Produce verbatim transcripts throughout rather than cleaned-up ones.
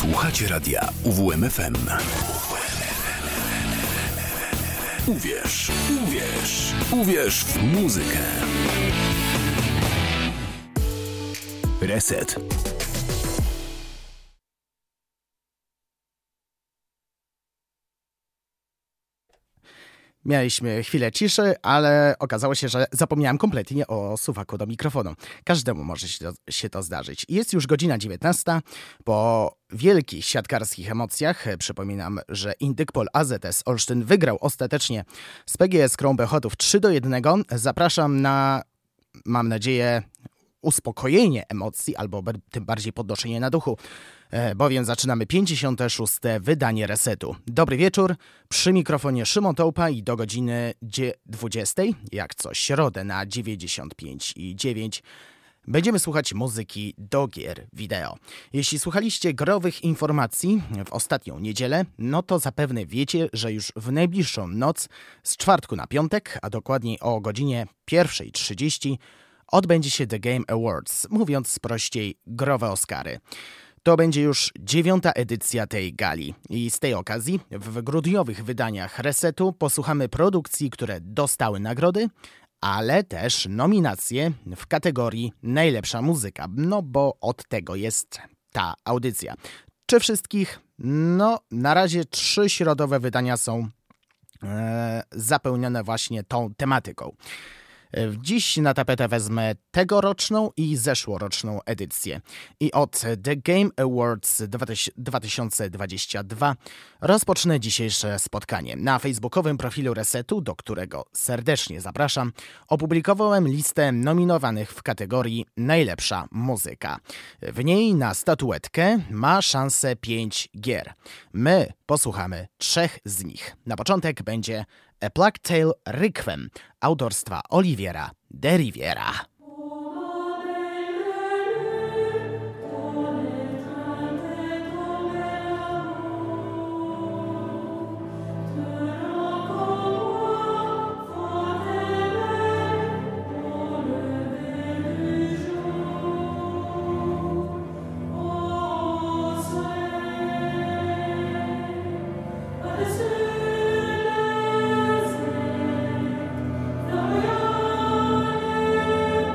Słuchacie radia U W M F M. Uwierz, uwierz, uwierz w muzykę. Reset. Mieliśmy chwilę ciszy, ale okazało się, że zapomniałem kompletnie o suwaku do mikrofonu. Każdemu może się to, się to zdarzyć. Jest już godzina dziewiętnasta. Po wielkich siatkarskich emocjach przypominam, że Indykpol A Z S Olsztyn wygrał ostatecznie z P G S Krą Bechodów trzy do jednego. Zapraszam na, mam nadzieję, uspokojenie emocji, albo tym bardziej podnoszenie na duchu, bowiem zaczynamy pięćdziesiąte szóste wydanie Resetu. Dobry wieczór, przy mikrofonie Szymon Tołpa i do godziny dwudziestej, jak co środę na dziewięćdziesiąt pięć i dziewięć, będziemy słuchać muzyki do gier wideo. Jeśli słuchaliście growych informacji w ostatnią niedzielę, no to zapewne wiecie, że już w najbliższą noc z czwartku na piątek, a dokładniej o godzinie pierwsza trzydzieści, odbędzie się The Game Awards, mówiąc prościej, growe Oscary. To będzie już dziewiąta edycja tej gali i z tej okazji w grudniowych wydaniach Resetu posłuchamy produkcji, które dostały nagrody, ale też nominacje w kategorii najlepsza muzyka, no bo od tego jest ta audycja. Czy wszystkich? No, na razie trzy środowe wydania są e, zapełnione właśnie tą tematyką. Dziś na tapetę wezmę tegoroczną i zeszłoroczną edycję. I od The Game Awards dwa tysiące dwudziesty drugi rozpocznę dzisiejsze spotkanie. Na facebookowym profilu Resetu, do którego serdecznie zapraszam, opublikowałem listę nominowanych w kategorii Najlepsza muzyka. W niej na statuetkę ma szansę pięć gier. My posłuchamy trzech z nich. Na początek będzie A Plague Tale Requiem autorstwa Oliviera de Riviera. Oh,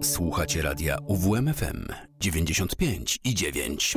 Słuchacie radia U W M F M dziewięćdziesiąt pięć i dziewięć.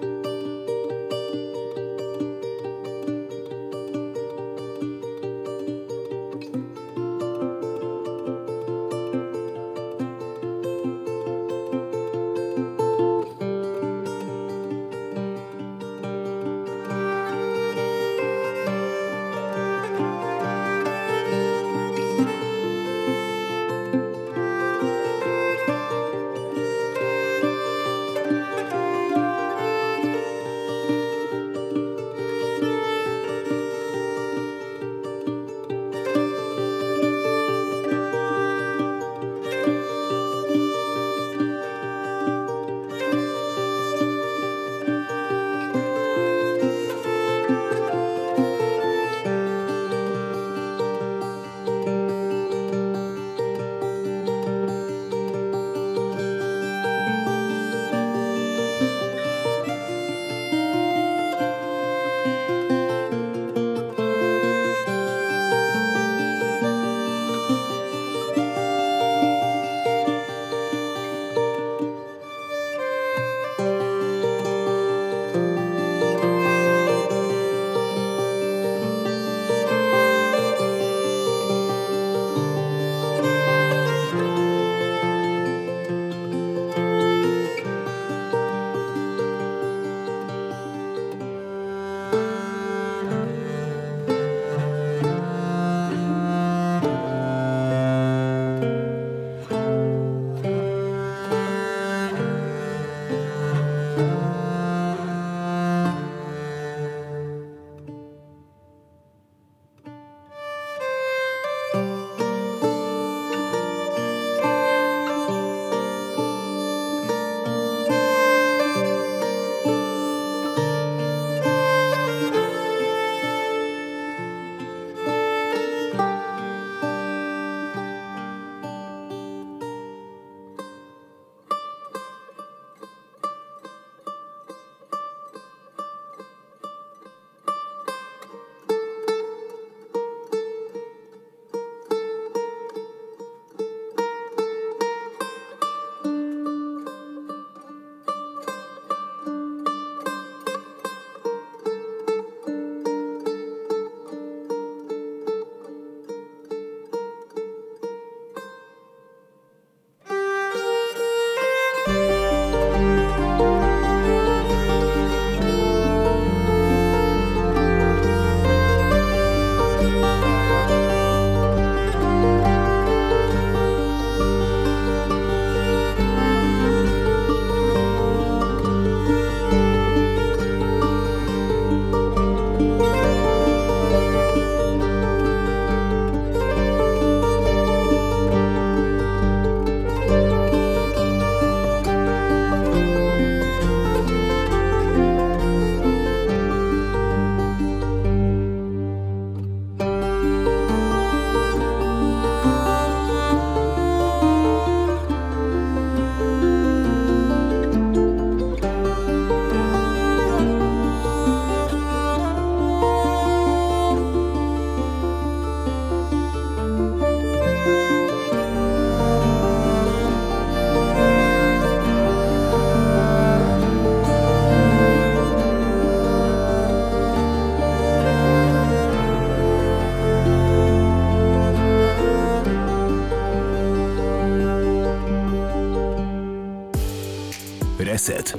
Reset.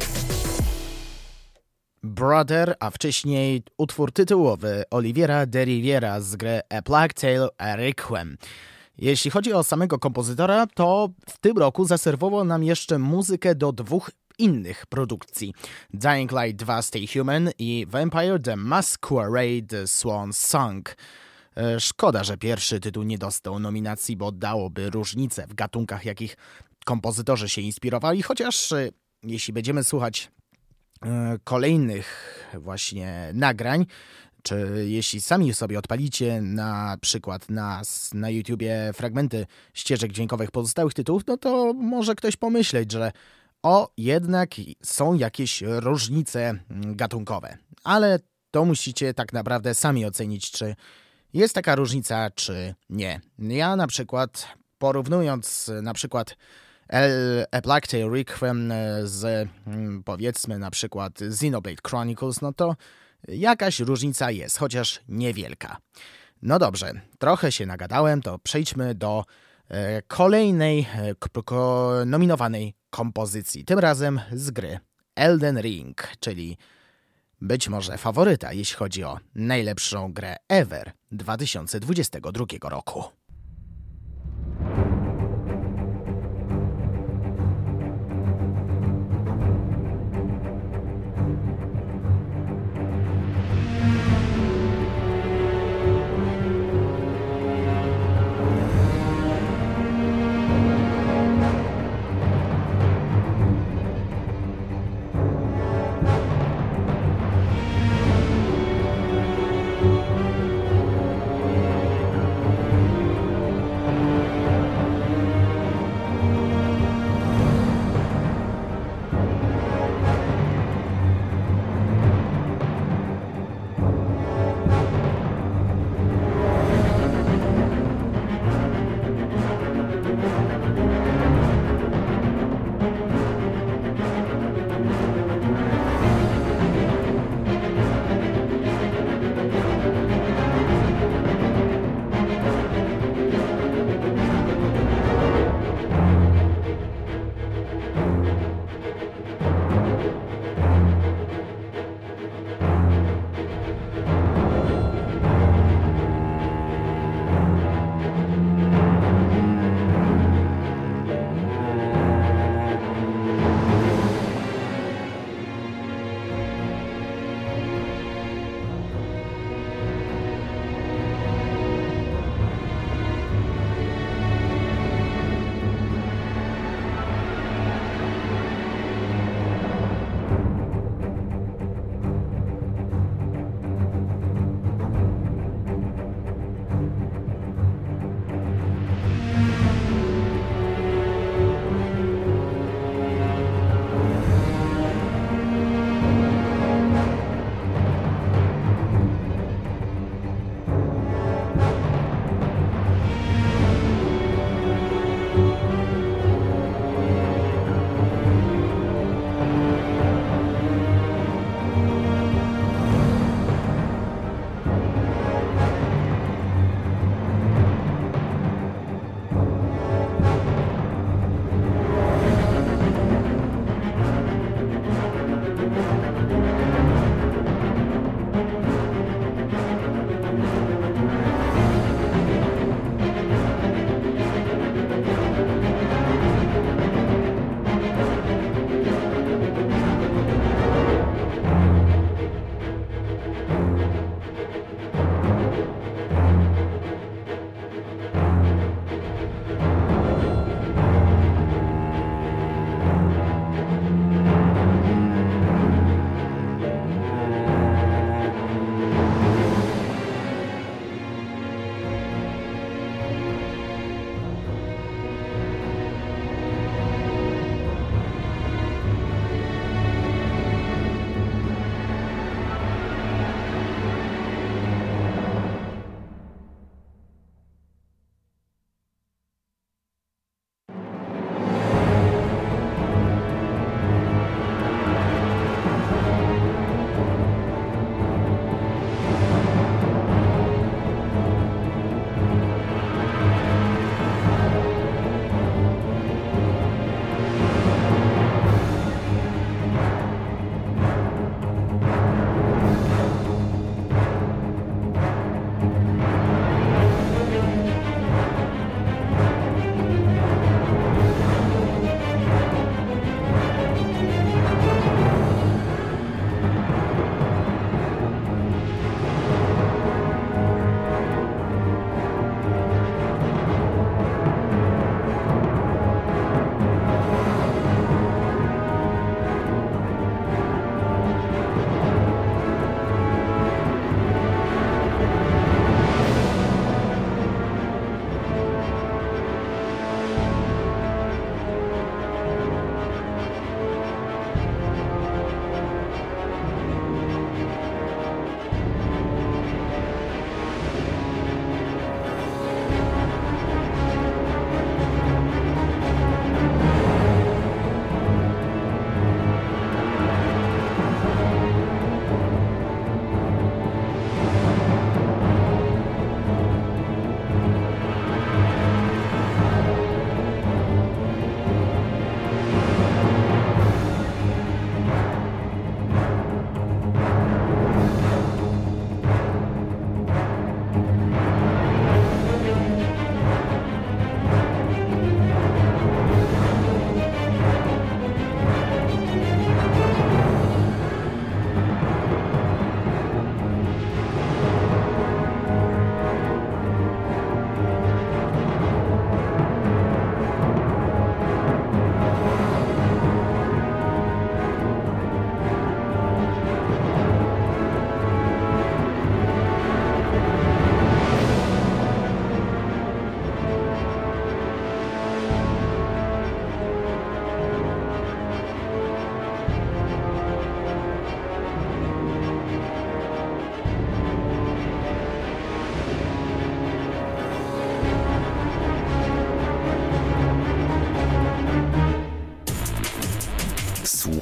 Brother, a wcześniej utwór tytułowy Oliviera de Riviera z gry A Plague Tale Requiem. Jeśli chodzi o samego kompozytora, to w tym roku zaserwował nam jeszcze muzykę do dwóch innych produkcji. Dying Light dwa Stay Human i Vampire the Masquerade Swan Song. Szkoda, że pierwszy tytuł nie dostał nominacji, bo dałoby różnice w gatunkach, jakich kompozytorzy się inspirowali, chociaż jeśli będziemy słuchać kolejnych właśnie nagrań, czy jeśli sami sobie odpalicie na przykład na, na YouTubie fragmenty ścieżek dźwiękowych pozostałych tytułów, no to może ktoś pomyśleć, że o, jednak są jakieś różnice gatunkowe. Ale to musicie tak naprawdę sami ocenić, czy jest taka różnica, czy nie. Ja na przykład, porównując na przykład A Plague Tale Requiem z, powiedzmy, na przykład Xenoblade Chronicles, no to jakaś różnica jest, chociaż niewielka. No dobrze, trochę się nagadałem, to przejdźmy do e, kolejnej e, k- nominowanej kompozycji, tym razem z gry Elden Ring, czyli być może faworyta, jeśli chodzi o najlepszą grę ever dwa tysiące dwudziestego drugiego roku.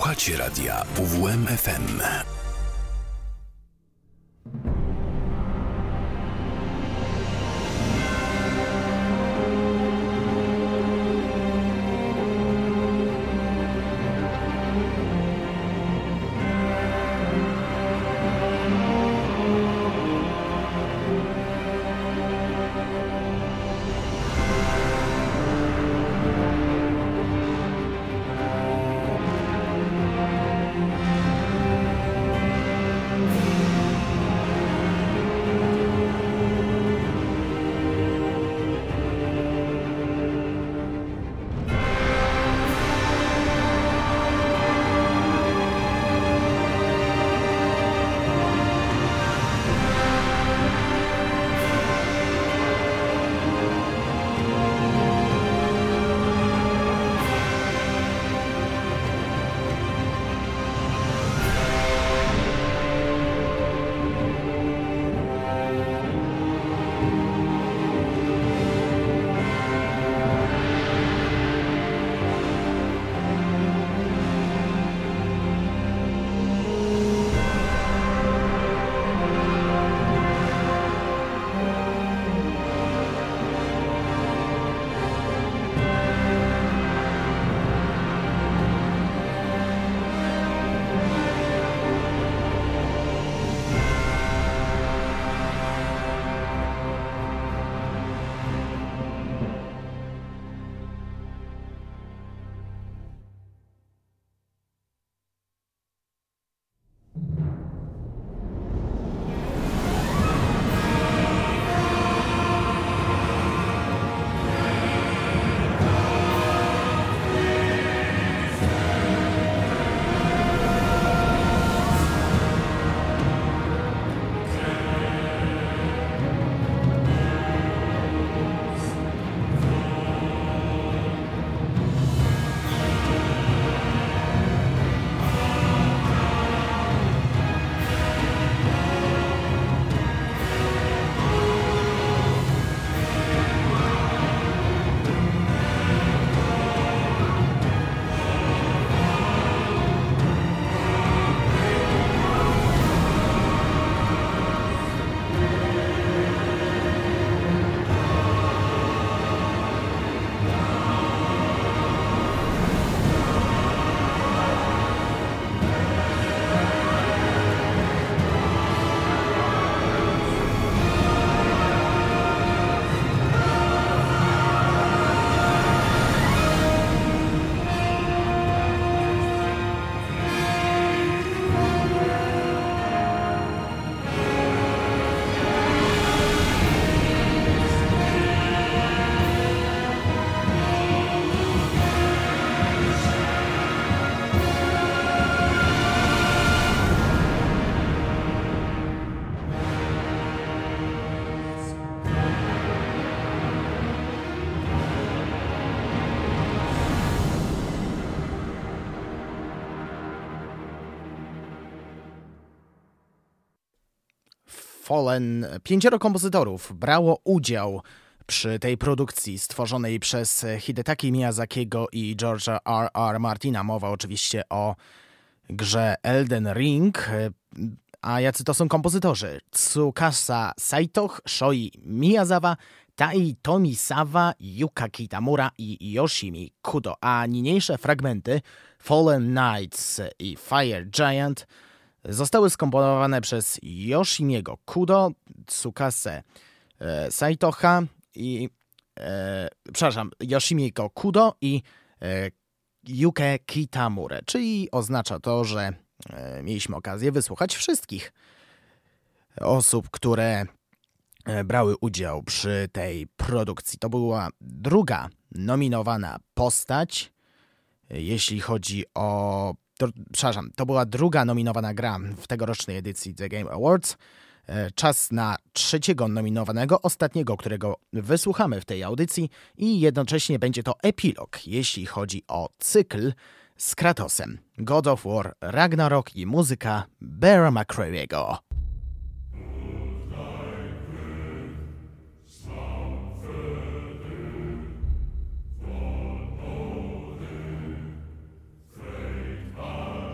Słuchacie radia U W M F M. Fallen. Pięcioro kompozytorów brało udział przy tej produkcji stworzonej przez Hidetaki Miyazakiego i George'a R R. Martina. Mowa oczywiście o grze Elden Ring. A jacy to są kompozytorzy? Tsukasa Saito, Shoi Miyazawa, Tai Tomisawa, Yuka Kitamura i Yoshimi Kudo. A niniejsze fragmenty Fallen Knights i Fire Giant zostały skomponowane przez Yoshimiego Kudo, Tsukasę e, Saitoha i e, przepraszam, Yoshimiego Kudo i e, Yukę Kitamurę, czyli oznacza to, że e, mieliśmy okazję wysłuchać wszystkich osób, które e, brały udział przy tej produkcji. To była druga nominowana postać, e, jeśli chodzi o To, przepraszam, to była druga nominowana gra w tegorocznej edycji The Game Awards. Czas na trzeciego nominowanego, ostatniego, którego wysłuchamy w tej audycji i jednocześnie będzie to epilog, jeśli chodzi o cykl z Kratosem. God of War, Ragnarok i muzyka Beara McCreary'ego. Bye.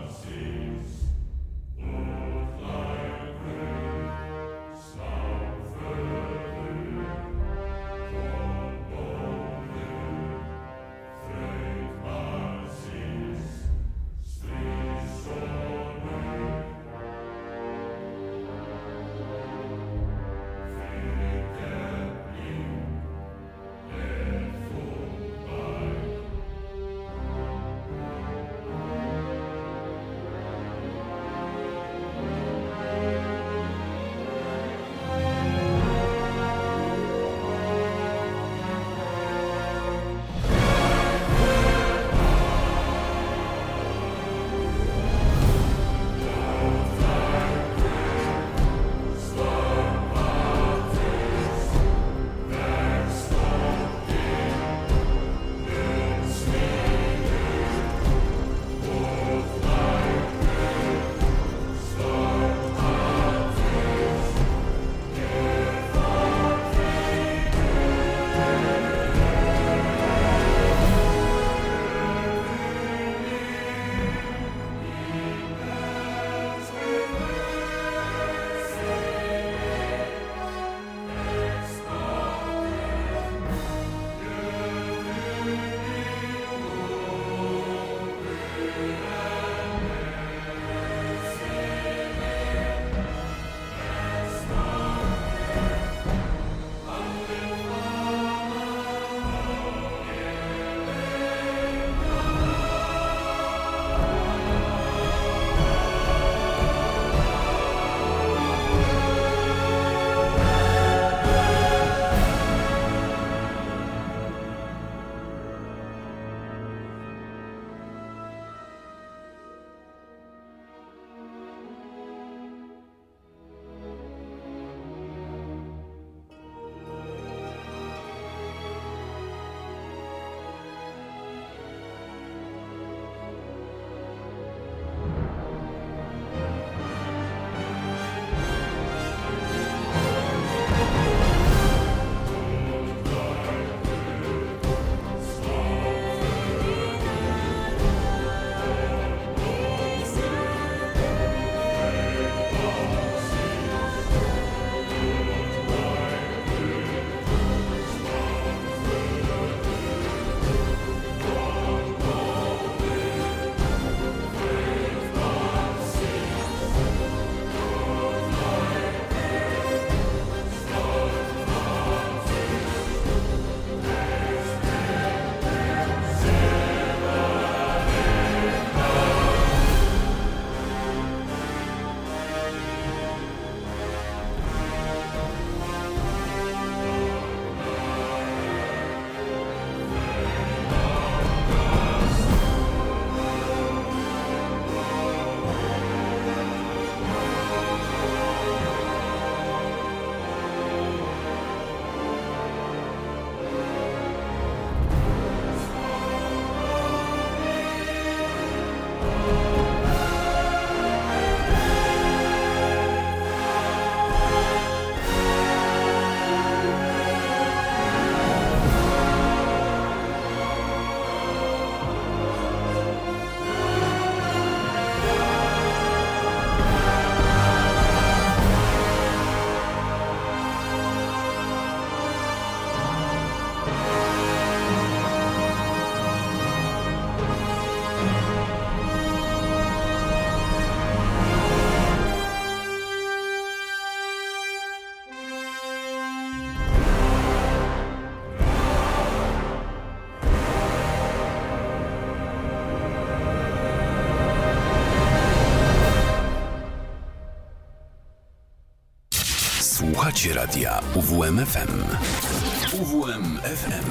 Słuchacie radia U W M F M. U W M F M.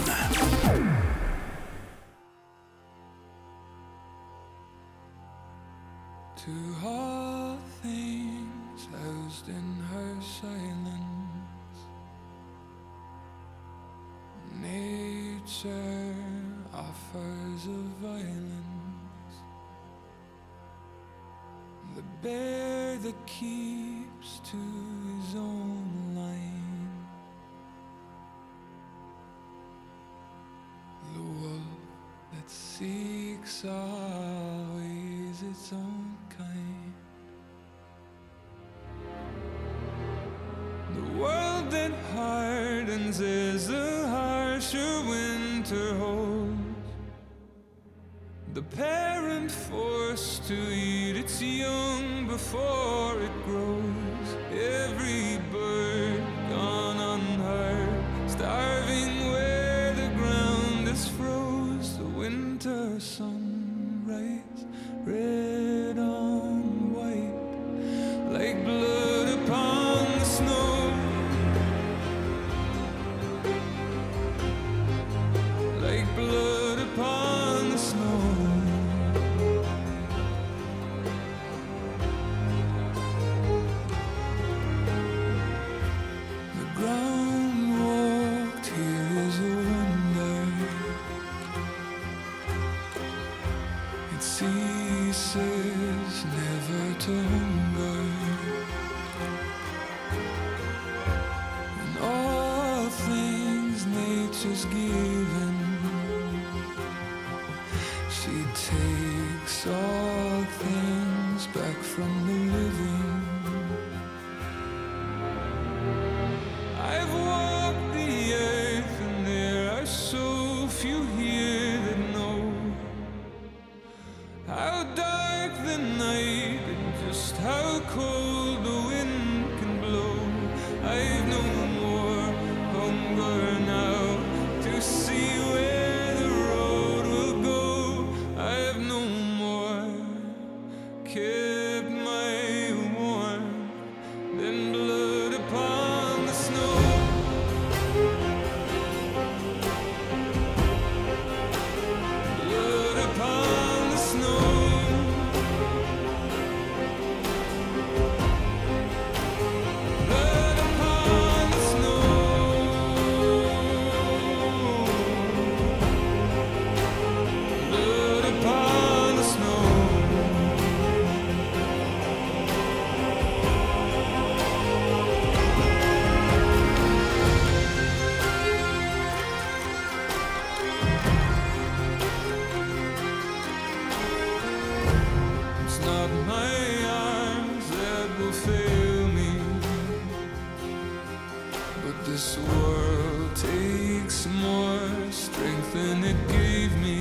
To all things housed in her silence, nature offers a violence, the bear that keeps to his own line, the wolf that seeks always its own kind, the world that hardens as the harsher winter holds, the parent forced to eat its young before it grows, every bird gone unheard, starving where the ground is froze, the winter sunrise, red on white, like blood upon the snow, like blood upon the snow. The ground walked here is a wonder, it ceases never to hunger, and all things nature's given, she takes all things back from the living. I've walked the earth and there are so few here that know how dark the night and just how cold the wind can blow. I've no more hunger now to see where the road will go. I've no more kept my warmth than blood upon the snow. Blood upon the snow. Blood upon the snow. Blood upon the snow. It's not my arms that will fail me, but this world takes more strength than it gave me.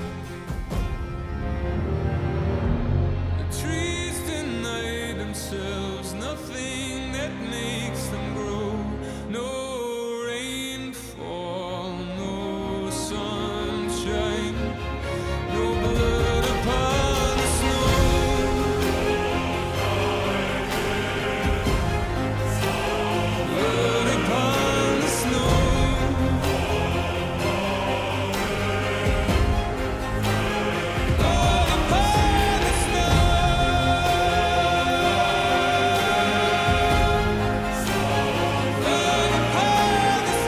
The trees deny themselves nothing that makes them grow. No rainfall, no sunshine, no blood upon the snow. Blood upon the snow. Blood upon the snow. Blood upon the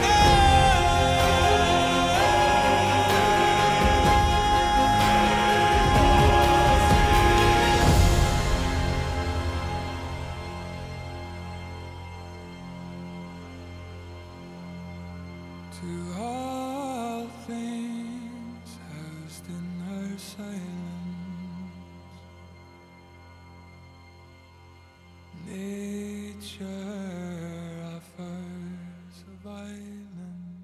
To all things housed in her silence, nature offers a violence.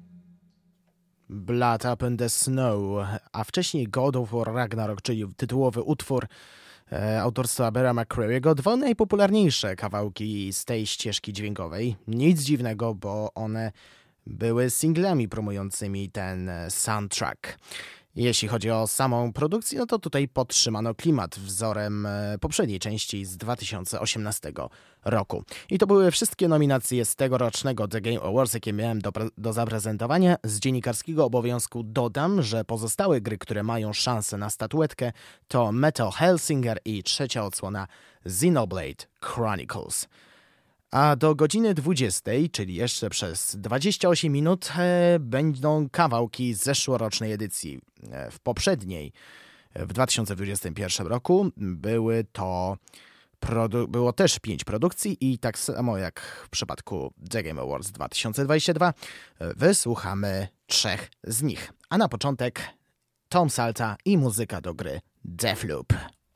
Blood Upon the Snow, a wcześniej God of War Ragnarok, czyli tytułowy utwór e, autorstwa Beara McCreary'ego. Dwa najpopularniejsze kawałki z tej ścieżki dźwiękowej. Nic dziwnego, bo one były singlami promującymi ten soundtrack. Jeśli chodzi o samą produkcję, no to tutaj podtrzymano klimat wzorem poprzedniej części z dwa tysiące osiemnastego roku. I to były wszystkie nominacje z tegorocznego The Game Awards, jakie miałem do, do zaprezentowania. Z dziennikarskiego obowiązku dodam, że pozostałe gry, które mają szansę na statuetkę, to Metal Hellsinger i trzecia odsłona Xenoblade Chronicles. A do godziny dwudziestej, czyli jeszcze przez dwadzieścia osiem minut, e, będą kawałki z zeszłorocznej edycji. E, w poprzedniej, w dwa tysiące dwudziestym pierwszym roku, były to produ- było też pięć produkcji i tak samo jak w przypadku The Game Awards dwa tysiące dwudziestego drugiego, e, wysłuchamy trzech z nich. A na początek Tom Salta i muzyka do gry Deathloop.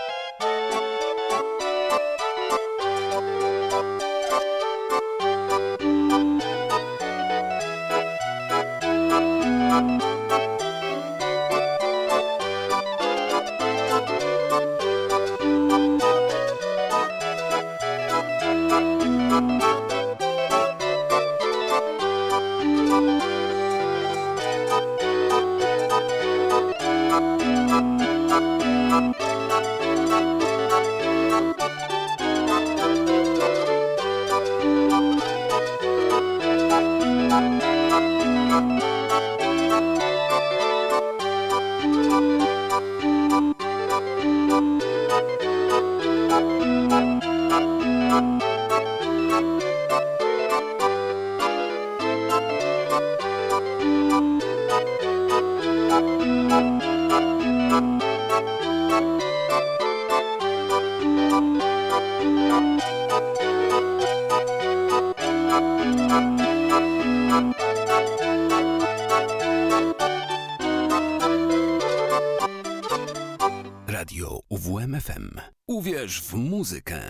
Radio U W M F M. Uwierz w muzykę.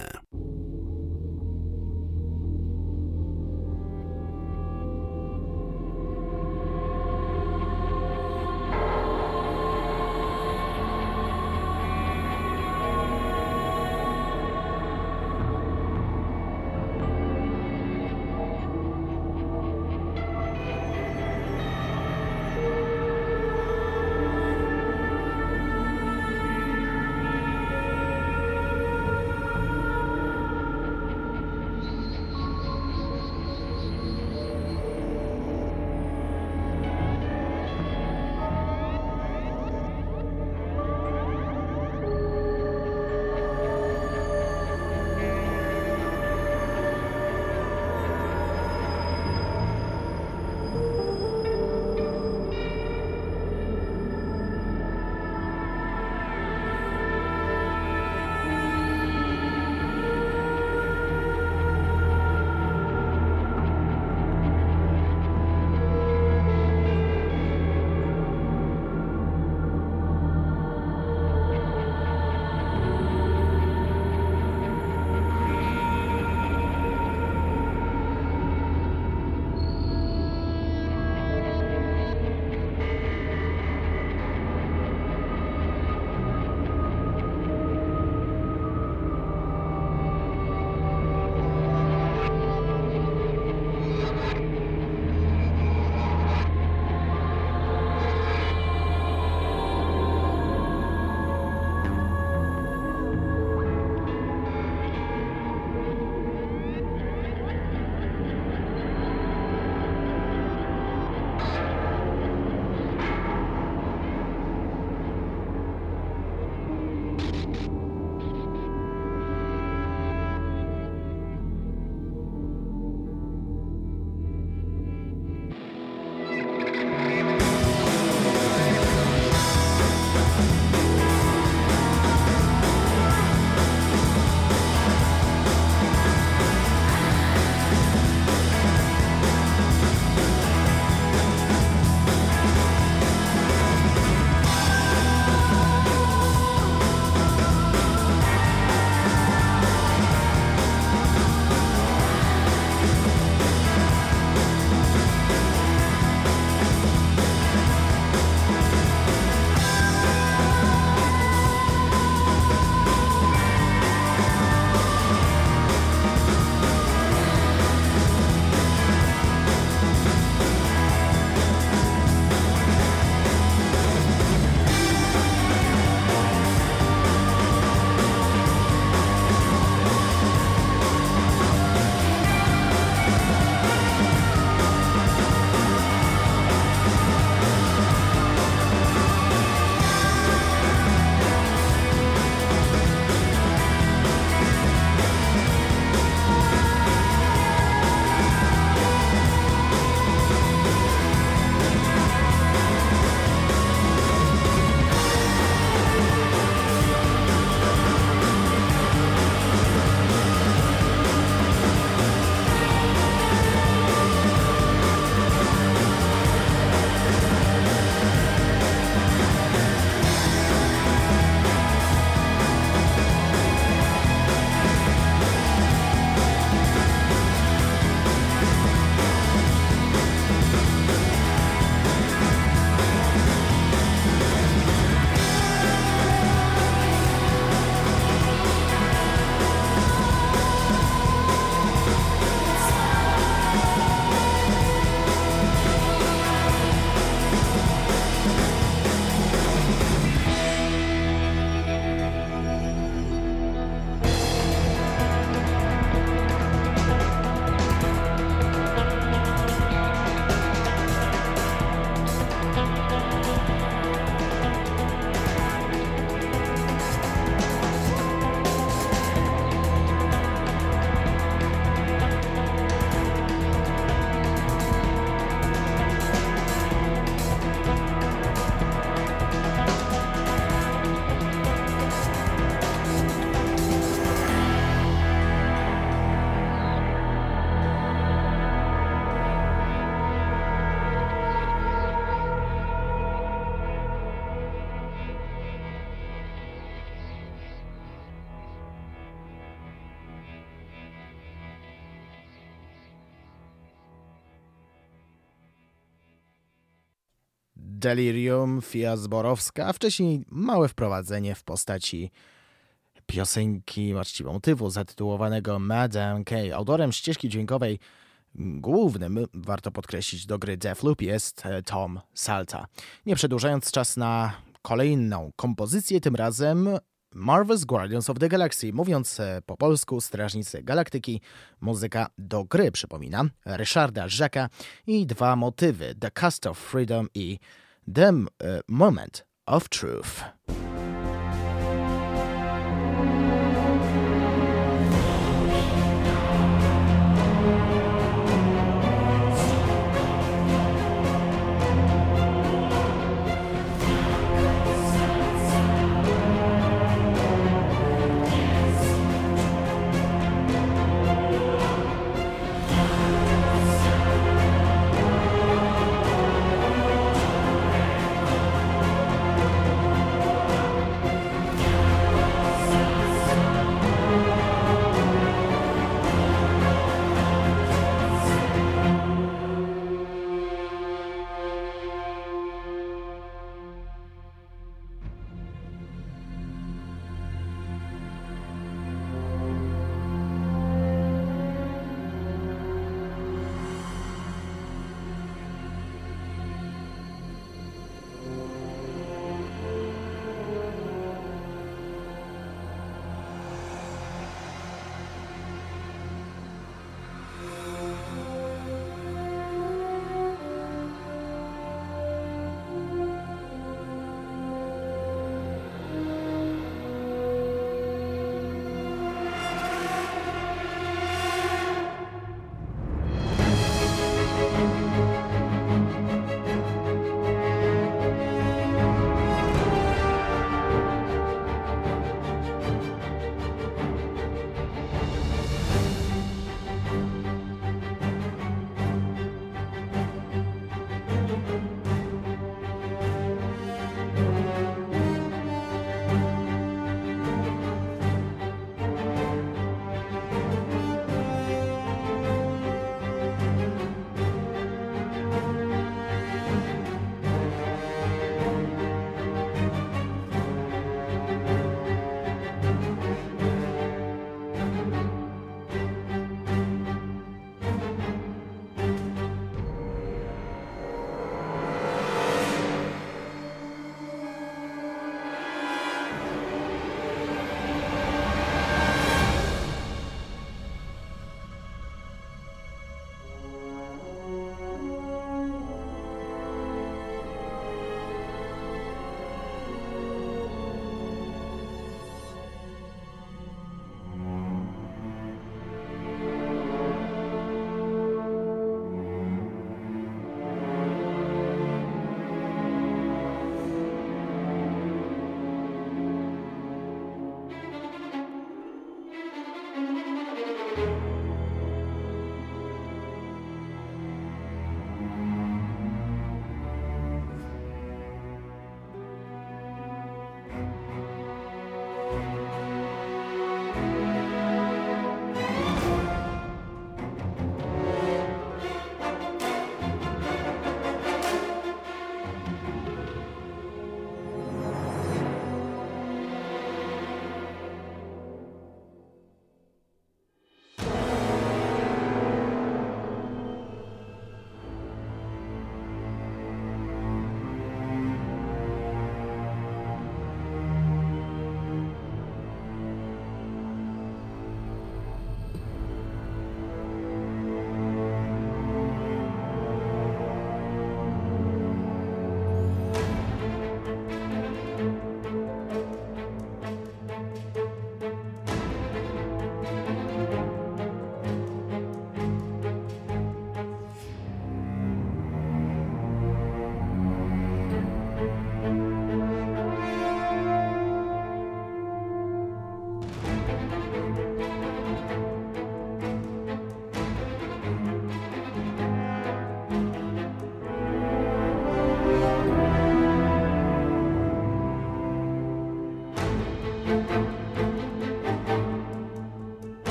Delirium, Fia Zborowska, a wcześniej małe wprowadzenie w postaci piosenki, właściwie motywu zatytułowanego Madame K. Autorem ścieżki dźwiękowej głównym, warto podkreślić, do gry Deathloop jest Tom Salta. Nie przedłużając, czas na kolejną kompozycję, tym razem Marvel's Guardians of the Galaxy. Mówiąc po polsku, Strażnicy Galaktyki, muzyka do gry, przypominam, Ryszarda Żaka i dwa motywy, The Cost of Freedom i The uh, Moment of Truth.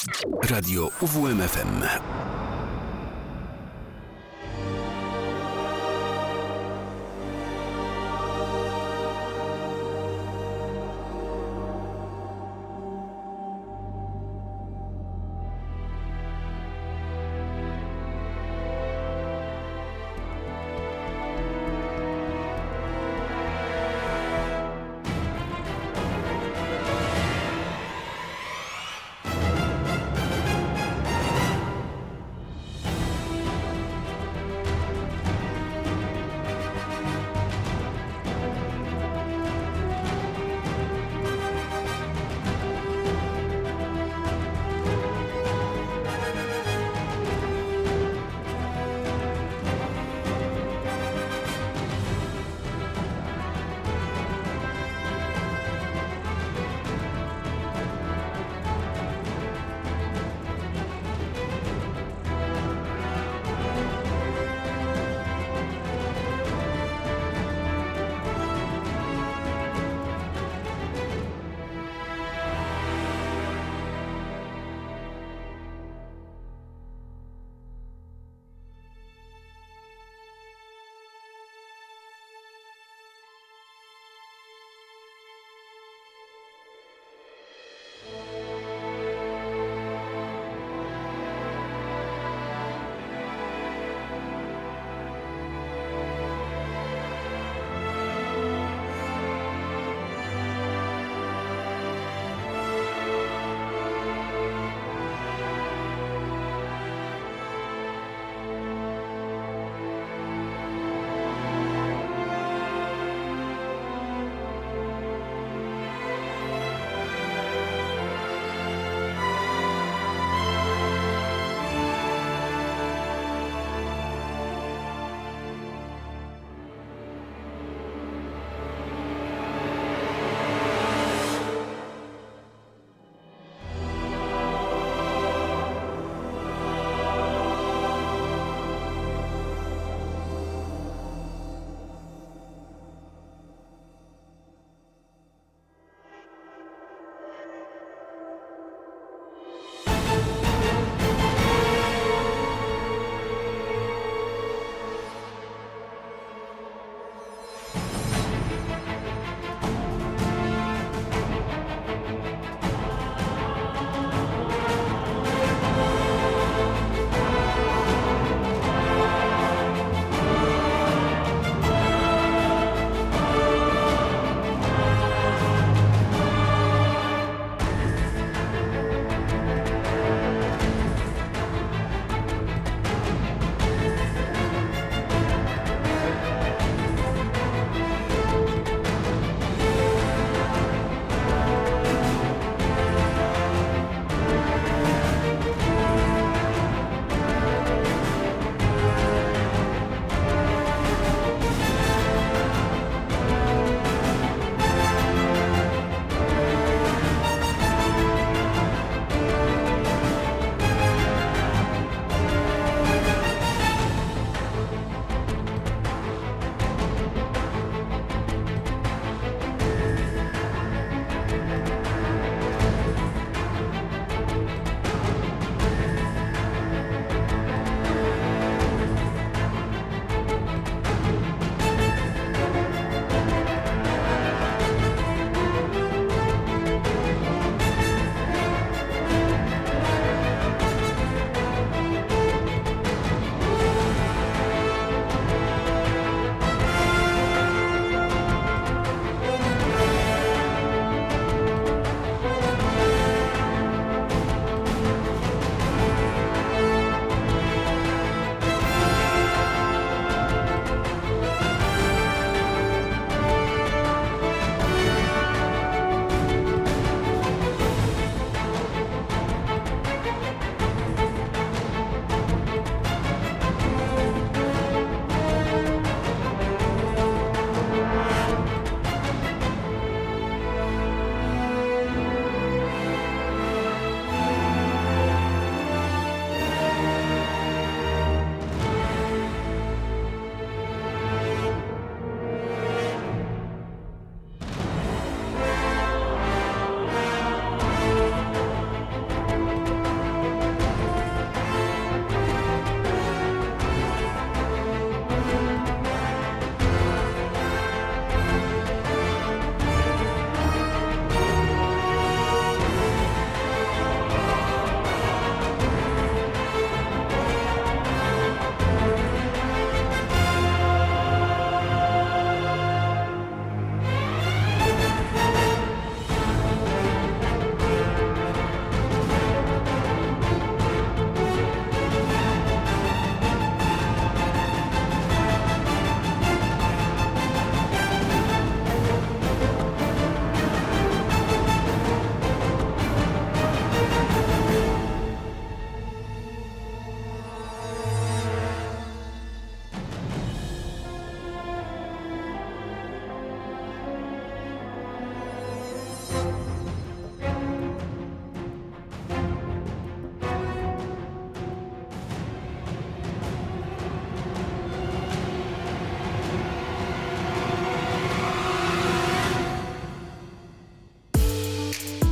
Radio U W M F M.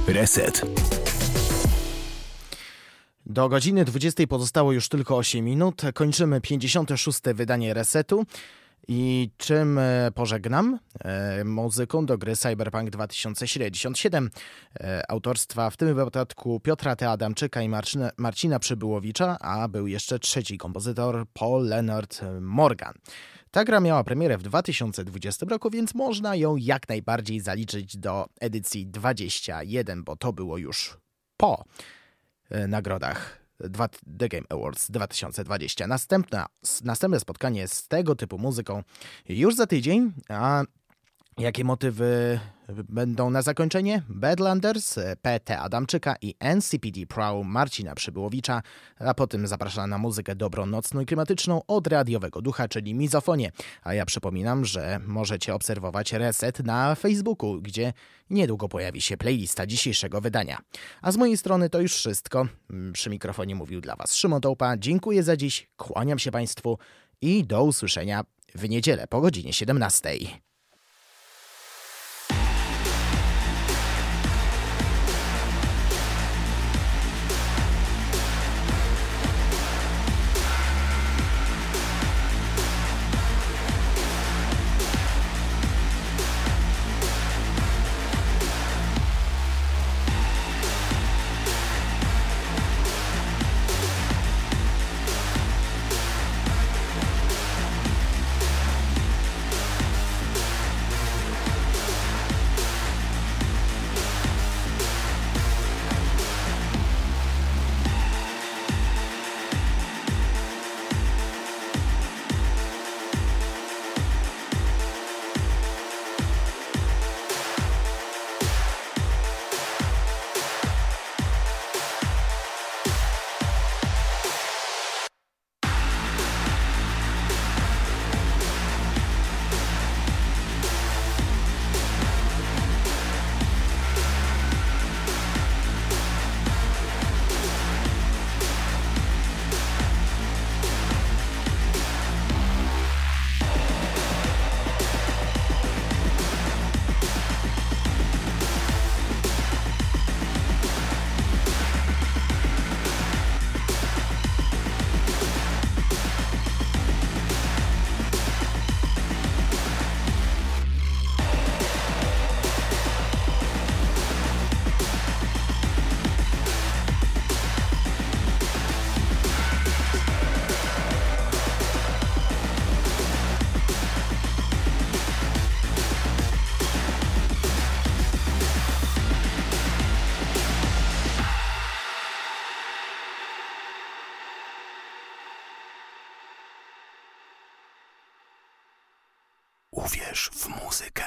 Reset. Do godziny dwudziestej pozostało już tylko osiem minut. Kończymy pięćdziesiąte szóste wydanie Resetu. I czym pożegnam? E, muzyką do gry Cyberpunk dwa tysiące siedemdziesiąt siedem e, autorstwa w tym wypadku Piotra T. Adamczyka i Marcina, Marcina Przybyłowicza, a był jeszcze trzeci kompozytor Paul Leonard Morgan. Ta gra miała premierę w dwa tysiące dwudziestym roku, więc można ją jak najbardziej zaliczyć do edycji dwudziestej pierwszej, bo to było już po e, nagrodach The Game Awards dwa tysiące dwudziesty. Następna, następne spotkanie z tego typu muzyką już za tydzień, a jakie motywy będą na zakończenie? Badlanders, P T. Adamczyka i N C P D Pro Marcina Przybyłowicza, a potem zapraszam na muzykę dobrą, nocną i klimatyczną od radiowego ducha, czyli Mizofonię. A ja przypominam, że możecie obserwować Reset na Facebooku, gdzie niedługo pojawi się playlista dzisiejszego wydania. A z mojej strony to już wszystko. Przy mikrofonie mówił dla Was Szymon Tołpa. Dziękuję za dziś, kłaniam się Państwu i do usłyszenia w niedzielę po godzinie siedemnastej. Uwierz w muzykę.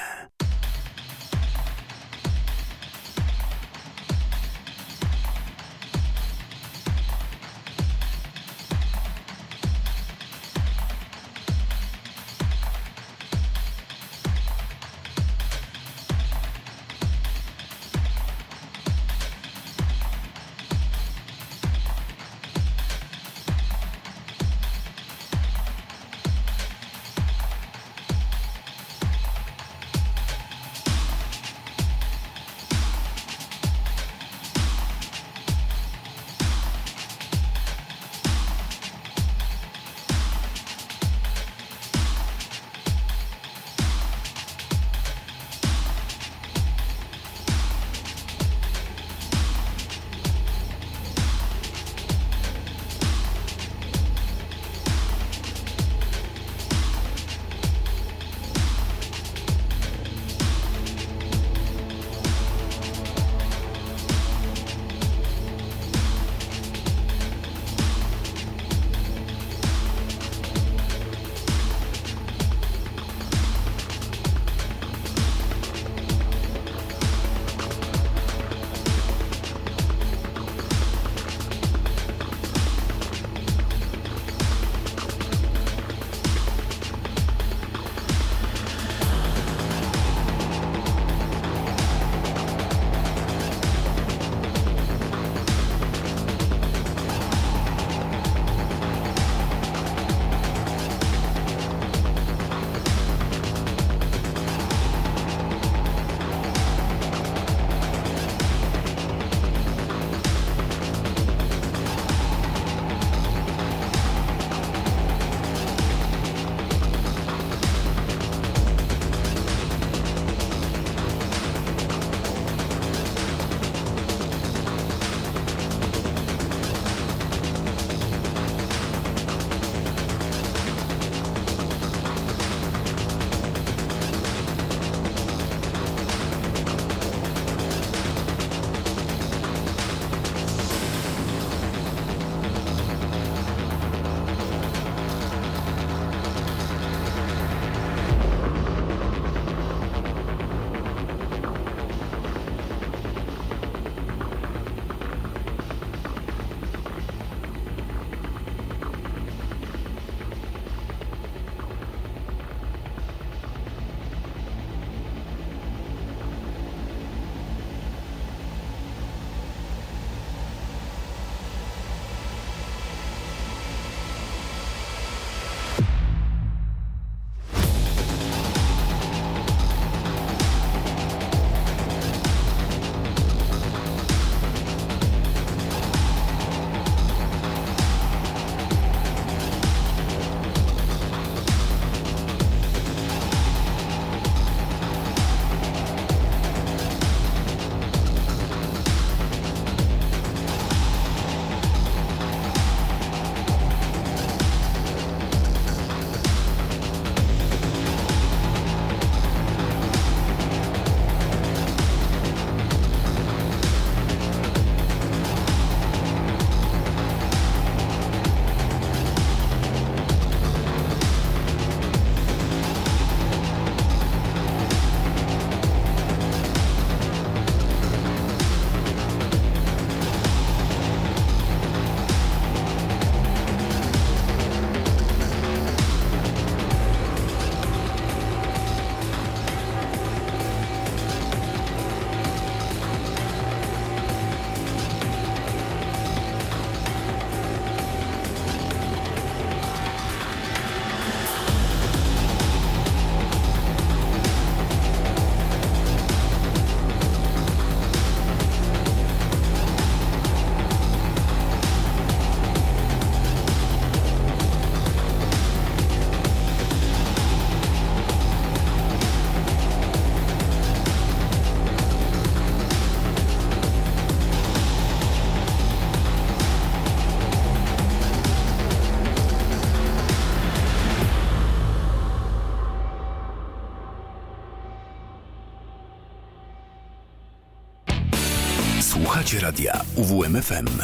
Słuchacie radia U W M F M.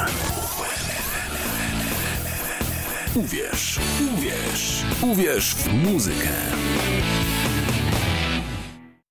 Uwierz, uwierz, uwierz w muzykę.